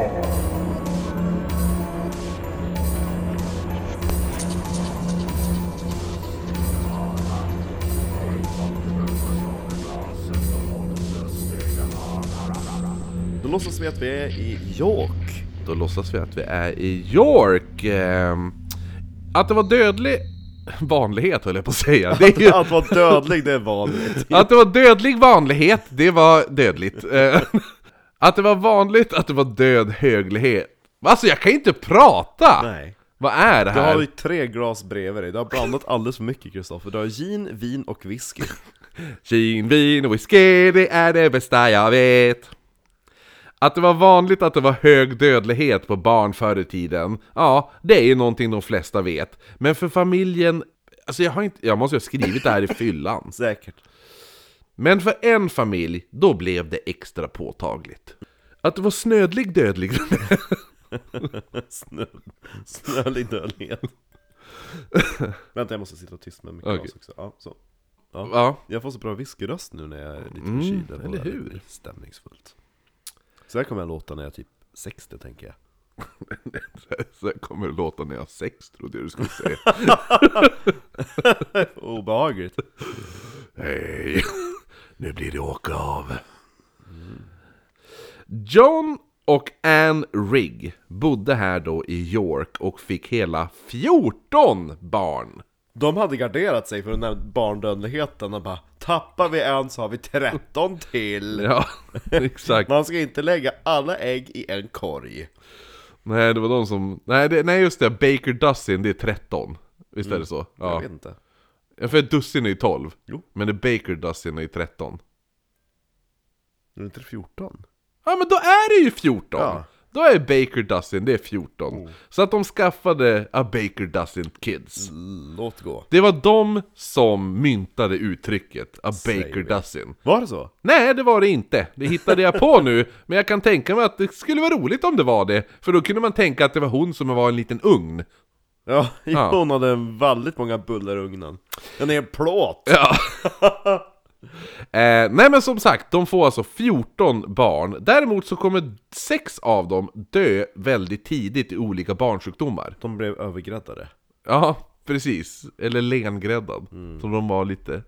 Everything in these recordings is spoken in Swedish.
Då låtsas vi att vi är i York. Att det var dödlig vanlighet, höll jag på att säga. Det är ju... Att vara dödlig, det är vanligt. Att det var dödlig vanlighet, det var dödligt. Att det var vanligt att det var död höglighet. Alltså jag kan inte prata! Nej. Vad är det här? Du har ju 3 glas bredvid dig. Du har blandat alldeles för mycket, Kristoffer. Du har gin, vin och whisky. Gin, vin och whisky, det är det bästa jag vet. Att det var vanligt att det var hög dödlighet på barn förr i tiden. Ja, det är ju någonting de flesta vet. Men för familjen... Alltså jag måste ha skrivit det här i fyllan. Säkert. Men för en familj, då blev det extra påtagligt. Att det var snödlig dödlig. Snölig dödlighet. Vänta, jag måste sitta tyst med mitt glas också. Ja, så. Ja. Jag får så bra whiskyröst nu när jag är lite förkyld. Eller hur? Stämningsfullt. Så här kommer jag låta när jag är typ 60, tänker jag. Så här kommer det låta när jag har sex, trodde jag du skulle säga. Obehagligt. Hej, nu blir det åka av. John och Anne Rigg bodde här då i York och fick hela 14 barn. De hade garderat sig för den här barndödligheten och bara, tappar vi en så har vi 13 till. Ja, exakt. Man ska inte lägga alla ägg i en korg. Nej, det var de som... Nej, just det, Baker Dussin, det är 13. Visst är det så? Ja. Jag vet inte. Ja, för dussin är ju 12. Jo. Men det Baker Dussin är ju 13. Är det inte 14? Ja, men då är det ju 14. Ja. Då är Baker Dussin, det är 14. Så att de skaffade a Baker Dussin Kids. Låt gå. Det var de som myntade uttrycket a Baker Dussin. Var det så? Nej, det var det inte. Det hittade jag på nu. Men jag kan tänka mig att det skulle vara roligt om det var det. För då kunde man tänka att det var hon som var en liten ugn. Ja, hon hade väldigt många bullar i ugnen. Den är en plåt. Ja. Nej, men som sagt, de får alltså 14 barn. Däremot så kommer 6 av dem dö väldigt tidigt i olika barnsjukdomar. De blev övergräddade. Ja, precis. Eller lengräddad, som de var lite.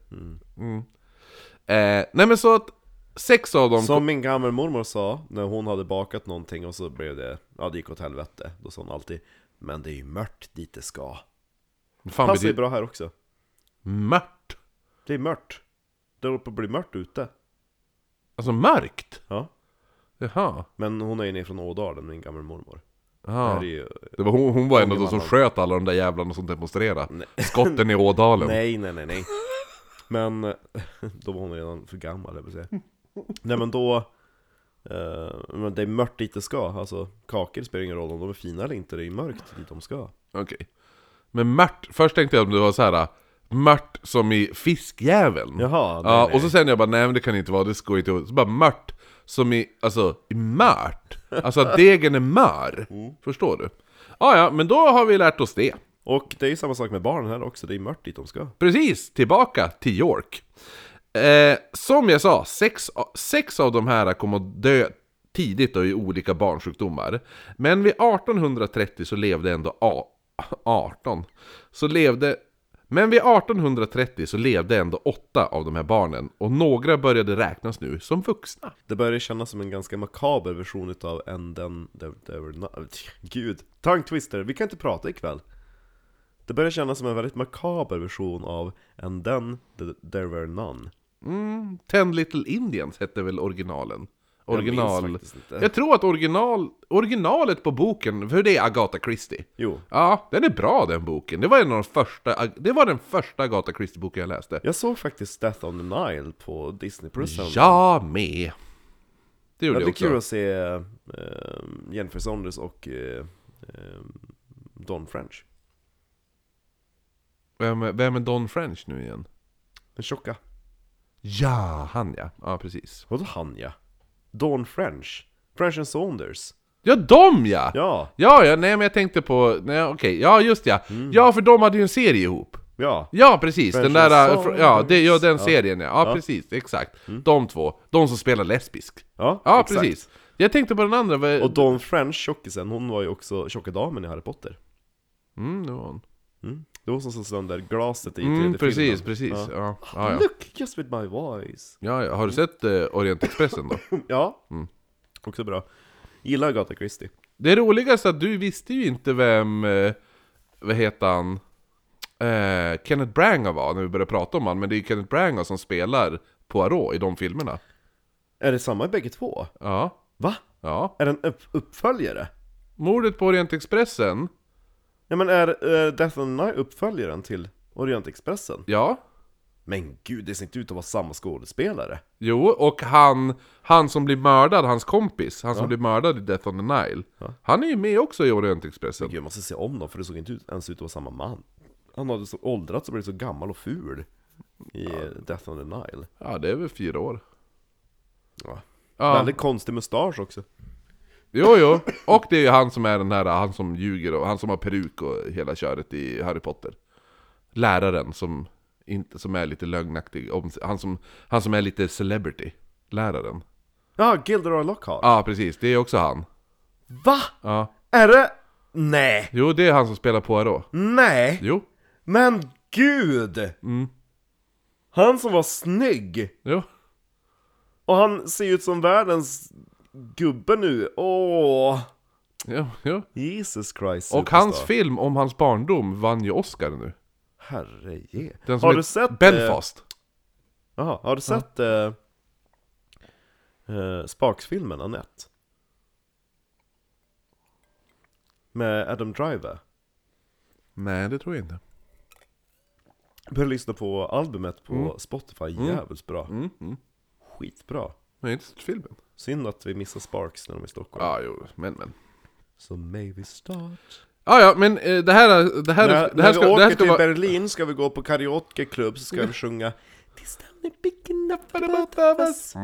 Nej, men så att 6 av dem... Som min gamla mormor sa, när hon hade bakat någonting och så blev det... Ja, det gick åt helvete. Då sa hon alltid, men det är ju mört dit det ska. Fan, Passar ju bra här också. Mört? Det är mört. Det håller på att bli mört ute. Alltså mörkt? Ja. Jaha. Men hon är ju ner från Ådalen, min gamla mormor. Jaha. Det, ju... Det var hon var en av de som sköt alla de där jävlarna som demonstrerade. Skotten i Ådalen. Nej. Men då var hon redan för gammal, jag vill säga. Nej, men då... men det är mört dit det ska. Alltså, kakor spelar ingen roll om de är fina eller inte. Det är mörkt dit de ska. Okej. Men mört, först tänkte jag om det var så här mört som i fiskjäveln. Jaha, nej. Och så sen jag bara, nej men det kan inte vara, det ska inte vara. Så bara mört som i, alltså i mört. Alltså att degen är mör. Förstår du? Ja, men då har vi lärt oss det. Och det är ju samma sak med barnen här också. Det är mört dit de ska. Precis, tillbaka till York. Som jag sa, 6 av de här kommer att dö tidigt då i olika barnsjukdomar. Men vid 1830 så levde ändå 18. Men vid 1830 så levde ändå 8 av de här barnen. Och några började räknas nu som vuxna. Det började kännas som en ganska makaber version utav Gud, tongue twister, vi kan inte prata ikväll. Det började kännas som en väldigt makaber version av And Then There Were None. 10 Little Indians hette väl originalen. Jag tror att originalet på boken, för det är Agatha Christie. Jo. Ja, den är bra den boken. Det var den första Agatha Christie-boken jag läste. Jag såg faktiskt Death on the Nile på Disney Plus. Jag med. Det gjorde jag också. Det är kul att se Jennifer Saunders och Don French. Vem är Don French nu igen? Den tjocka. Ja, han ja. Ja, precis. Vadå han ja? Dawn French and Saunders. Ja, de ja! Ja, nej men jag tänkte på... Nej, okej, ja just ja. Ja, för de hade ju en serie ihop. Ja, precis. French den där... Saunders. Den serien ja. Ja, precis, exakt. De två. De som spelar lesbisk. Ja Ja, exakt. precis. Jag tänkte på den andra. Och Dawn French, tjockisen, hon var ju också tjocka damen i Harry Potter. Det var hon. Det var som slog sönder glaset i tredje filmen. Precis. Ja. Look, just with my voice. Ja, har du sett Orientexpressen då? Ja, också bra. Gillar Agatha Christie. Det roligaste är att du visste ju inte vem, vad heter han, Kenneth Branagh var när vi började prata om han. Men det är Kenneth Branagh som spelar Poirot i de filmerna. Är det samma i bägge två? Ja. Va? Ja. Är det en uppföljare? Mordet på Orientexpressen. Ja, men är Death on the Nile uppföljaren till Orientexpressen? Ja. Men gud, det ser inte ut att vara samma skådespelare. Jo, och han som blir mördad, hans kompis, han som blir mördad i Death on the Nile, han är ju med också i Orientexpressen. Gud, jag måste se om dem, för det såg inte ens ut att vara samma man. Han hade så åldrats och blivit så gammal och ful i Death on the Nile. Ja, det är väl 4 år. Ja. Ja. Väldigt konstig mustasch också. Jo, och det är ju han som är den här, han som ljuger och han som har peruk och hela köret i Harry Potter. Läraren som är lite lögnaktig, han som är lite celebrity. Läraren. Ja, Gilderoy Lockhart. Ja, precis, det är också han. Va? Ja. Är det? Nej. Jo, det är han som spelar Poirot. Nej. Jo. Men gud. Han som var snygg. Jo. Och han ser ut som världens gubbe nu. Åh. Jo. Jesus Christ. Och hans film om hans barndom vann ju Oscar nu. Herre. Har du sett Belfast? Jaha, har du sett Sparks-filmen Annette? Med Adam Driver. Nej, det tror jag inte. Började lyssna på albumet på Spotify. Jävligt bra. Skitbra. Jag har inte sett filmen. Synd att vi missar Sparks när de är i Stockholm. Ja, jo, men. So maybe start. Ja, men det här När vi åker ska till vara... Berlin ska vi gå på karaokeklubb, så ska vi sjunga This time we're big enough for the both of us.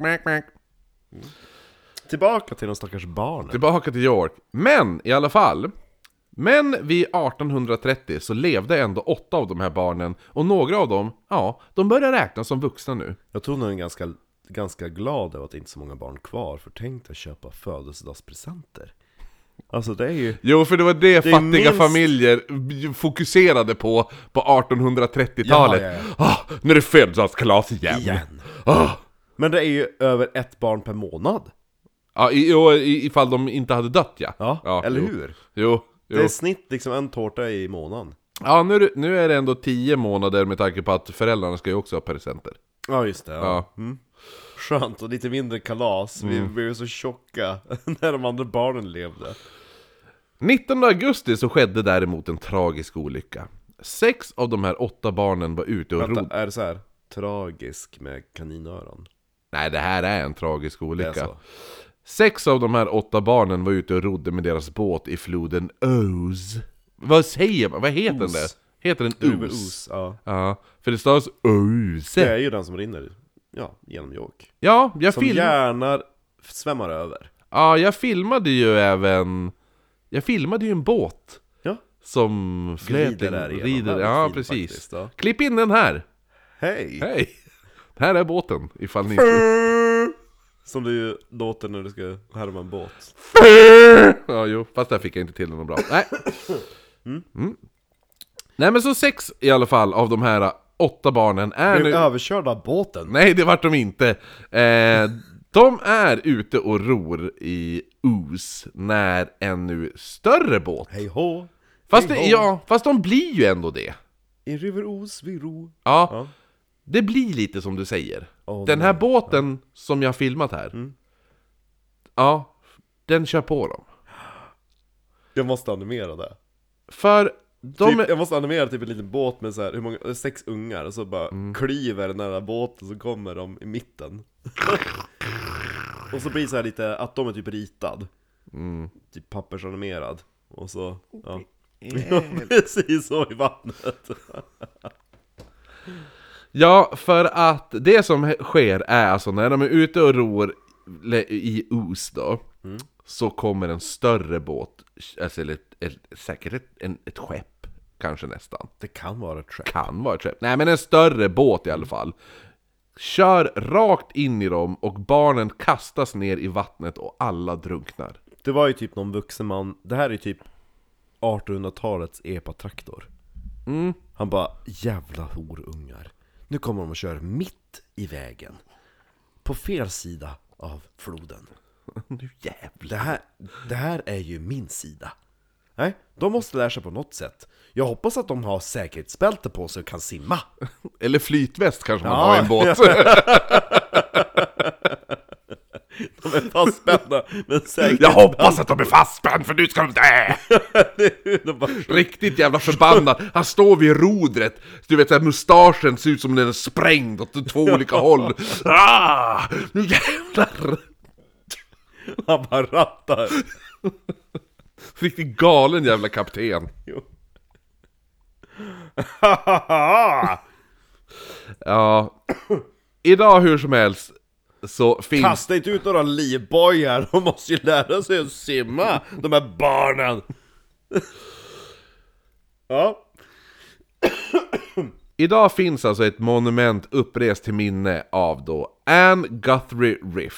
Tillbaka till de stackars barnen. Tillbaka till York. Men i alla fall. Men vid 1830 så levde ändå 8 av de här barnen. Och några av dem, ja, de börjar räknas som vuxna nu. Jag tror nog är ganska glad över att det inte är så många barn kvar. För tänk att köpa födelsedagspresenter. Alltså det är ju... Jo, för det var det fattiga minst... familjer fokuserade på 1830-talet. Ja. Nu är det födelsedagskalas igen. Men det är ju över 1 barn per månad. Ja, ifall de inte hade dött, ja. Eller hur? Jo. Det är snitt liksom en tårta i månaden. Ja, nu är det ändå 10 månader med tanke på att föräldrarna ska ju också ha presenter. Ja, just det. Ja. Skönt, och lite mindre kalas. Vi blev så tjocka när de andra barnen levde. 19 augusti så skedde däremot en tragisk olycka. 6 av de här 8 barnen var ute och rodde. Är det så här tragisk med kaninöron? Nej, det här är en tragisk olycka. Det är så. 6 av de här 8 barnen var ute och rodde med deras båt i floden Ouse. Vad säger man? Vad heter den där? Heter den Ouse? Ja, för det stavas Ouse. Det är ju den som rinner genom York. Ja, som gärna svämmar över. Ja, jag filmade ju en båt. Ja. som rider. Ja, precis. Faktiskt, ja. Klipp in den här. Hej! Det här är båten, ifall ni som du ju låter när du ska härma en båt. Ja, jo, fast där fick jag inte till något bra. Nej. Nej, men så 6 i alla fall av de här 8 barnen är nu överkörda av båten. Nej, det vart de inte. De är ute och ror i Ouse när en nu större båt. Hej hå. Fast de blir ju ändå det. I River Ouse vi ro. Ja. Det blir lite som du säger. Den här båten som jag har filmat här. Ja, den kör på dem. Jag måste animera det. För jag måste animera typ en liten båt med så här, hur många 6 ungar, och så bara kliver den där båten, så kommer de i mitten. Och så blir det så här lite att de är typ ritad. Typ pappersanimerad. Och så precis så i vattnet. Ja, för att det som sker är alltså när de är ute och ror i Ouse då, så kommer en större båt, alltså säkert ett skepp, kanske nästan. Det kan vara ett skepp. Nej, men en större båt i alla fall. kör rakt in i dem och barnen kastas ner i vattnet och alla drunknar. Det var ju typ någon vuxen man. Det här är typ 1800-talets epatraktor. Han bara, jävla horungar. Nu kommer de att köra mitt i vägen. På fel sida av floden. Nu jävlar. Det här är ju min sida. Nej, de måste lära sig på något sätt. Jag hoppas att de har säkerhetsbälte på sig och kan simma. Eller flytväst kanske man har i en båt. De är fastspända, men säkert. Jag hoppas att de är fastspända, för nu ska de dö! Riktigt jävla förbannad. Han står vid rodret. Du vet att mustaschen ser ut som den är sprängd åt två olika håll. Nu jävlar! Han bara rattar. Riktigt galen jävla kapten. Ja. Idag hur som helst så finns... Kasta inte ut några livbojar. De måste ju lära sig att simma, de här barnen. Ja. Idag finns alltså ett monument upprest till minne av då Anne Guthrie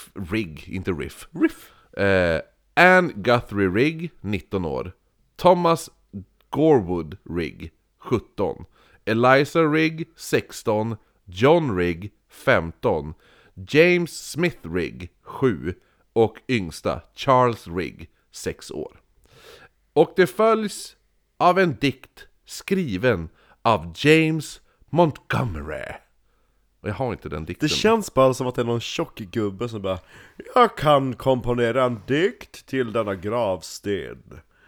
Anne Guthrie Rigg, 19 år. Thomas Gorwood Rigg, 17. Eliza Rigg, 16. John Rigg, 15. James Smith Rigg, 7. Och yngsta Charles Rigg, 6 år. Och det följs av en dikt skriven av James Montgomery. Och jag har inte den dikten. Det känns bara som att det är någon tjock gubbe som bara, jag kan komponera en dikt till denna gravsten.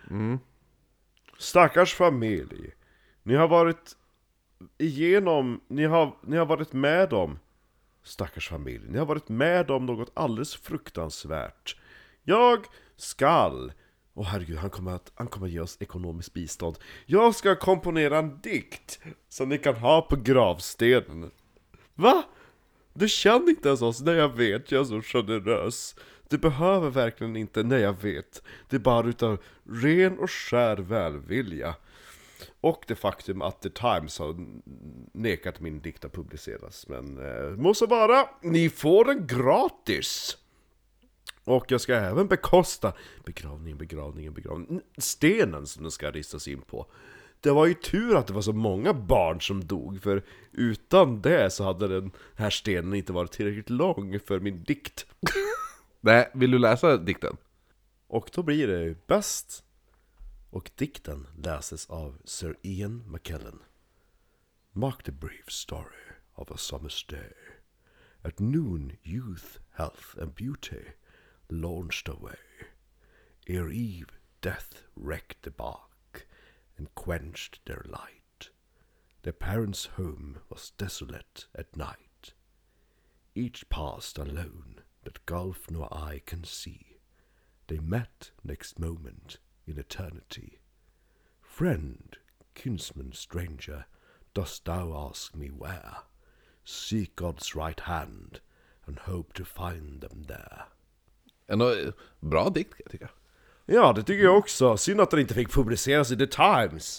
Stackars familj. Ni har varit igenom, ni har varit med om, stackars familj, ni har varit med om något alldeles fruktansvärt. Jag skall, herregud, han kommer att ge oss ekonomiskt bistånd. Jag ska komponera en dikt som ni kan ha på gravstenen. Va? Du känner inte ens oss? Nej, jag vet, jag är så generös. Du behöver verkligen inte, nej jag vet. Det är bara utav ren och skär välvilja. Och det faktum att The Times har nekat min dikt att publiceras. Men måste vara, ni får den gratis. Och jag ska även bekosta begravningen, stenen som den ska ristas in på. Det var ju tur att det var så många barn som dog, för utan det så hade den här stenen inte varit tillräckligt lång för min dikt. Nej, vill du läsa dikten? Och då blir det bäst. Och dikten läses av Sir Ian McKellen. Mark the brief story of a summer's day. At noon youth, health and beauty launched away. Ere eve death wrecked the bark and quenched their light. Their parents' home was desolate at night. Each passed alone, that gulf no eye can see. They met next moment in eternity. Friend, kinsman, stranger, dost thou ask me where? Seek God's right hand and hope to find them there. En bra dikt kan jag tycka. Ja, det tycker jag också. Synd att den inte fick publiceras i The Times.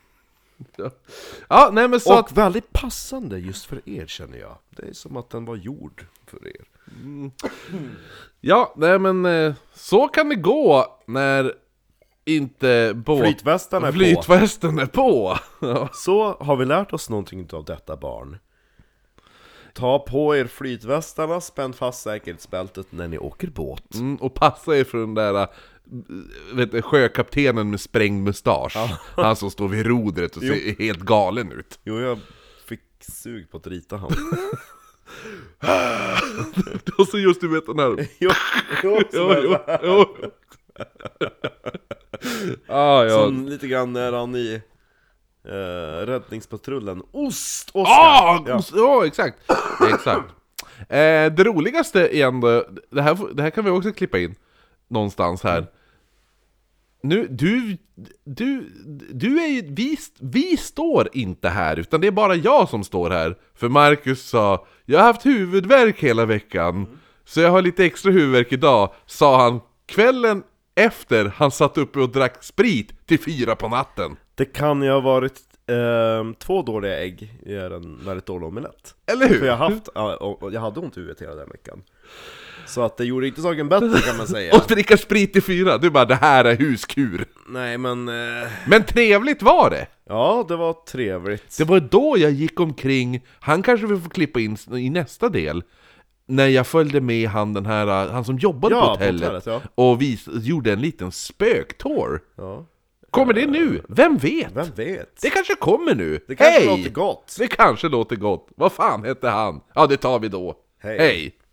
Ja, nej men så och att... väldigt passande just för er, känner jag. Det är som att den var gjord för er. Ja, nej men så kan det gå när inte flytvästen är på. Ja. Så har vi lärt oss någonting av detta, barn. Ta på er flytvästarna, spänn fast säkerhetsbältet när ni åker båt. Och passa er för den där sjökaptenen med sprängd mustasch. Ja. Han som står vid rodret och ser helt galen ut. Jo, jag fick sug på att rita han. Och så just du vet den här. Jo. Som lite grann när han i räddningspatrullen Oscar. Ja, exakt. Det roligaste igen då, det här kan vi också klippa in någonstans här. Nu, du är ju, vi står inte här, utan det är bara jag som står här. För Marcus sa, jag har haft huvudvärk hela veckan, så jag har lite extra huvudvärk idag, sa han kvällen efter han satt uppe och drack sprit till 4 på natten. Det kan ju ha varit 2 dåliga ägg gör en väldigt dålig omelett. Eller hur? För jag hade ont i huvudet hela den veckan. Så att det gjorde inte saken bättre kan man säga. Och dricka sprit i 4, du bara, det här är huskur. Nej men... Men trevligt var det! Ja, det var trevligt. Det var då jag gick omkring, han kanske vill få klippa in i nästa del, när jag följde med han som jobbade på hotellet, ja. och vi gjorde en liten spöktour. Ja. Kommer det nu? Vem vet? Vem vet? Det kanske kommer nu. Det kanske låter gott. Det kanske låter gott. Vad fan hette han? Ja, det tar vi då. Hej. Hej.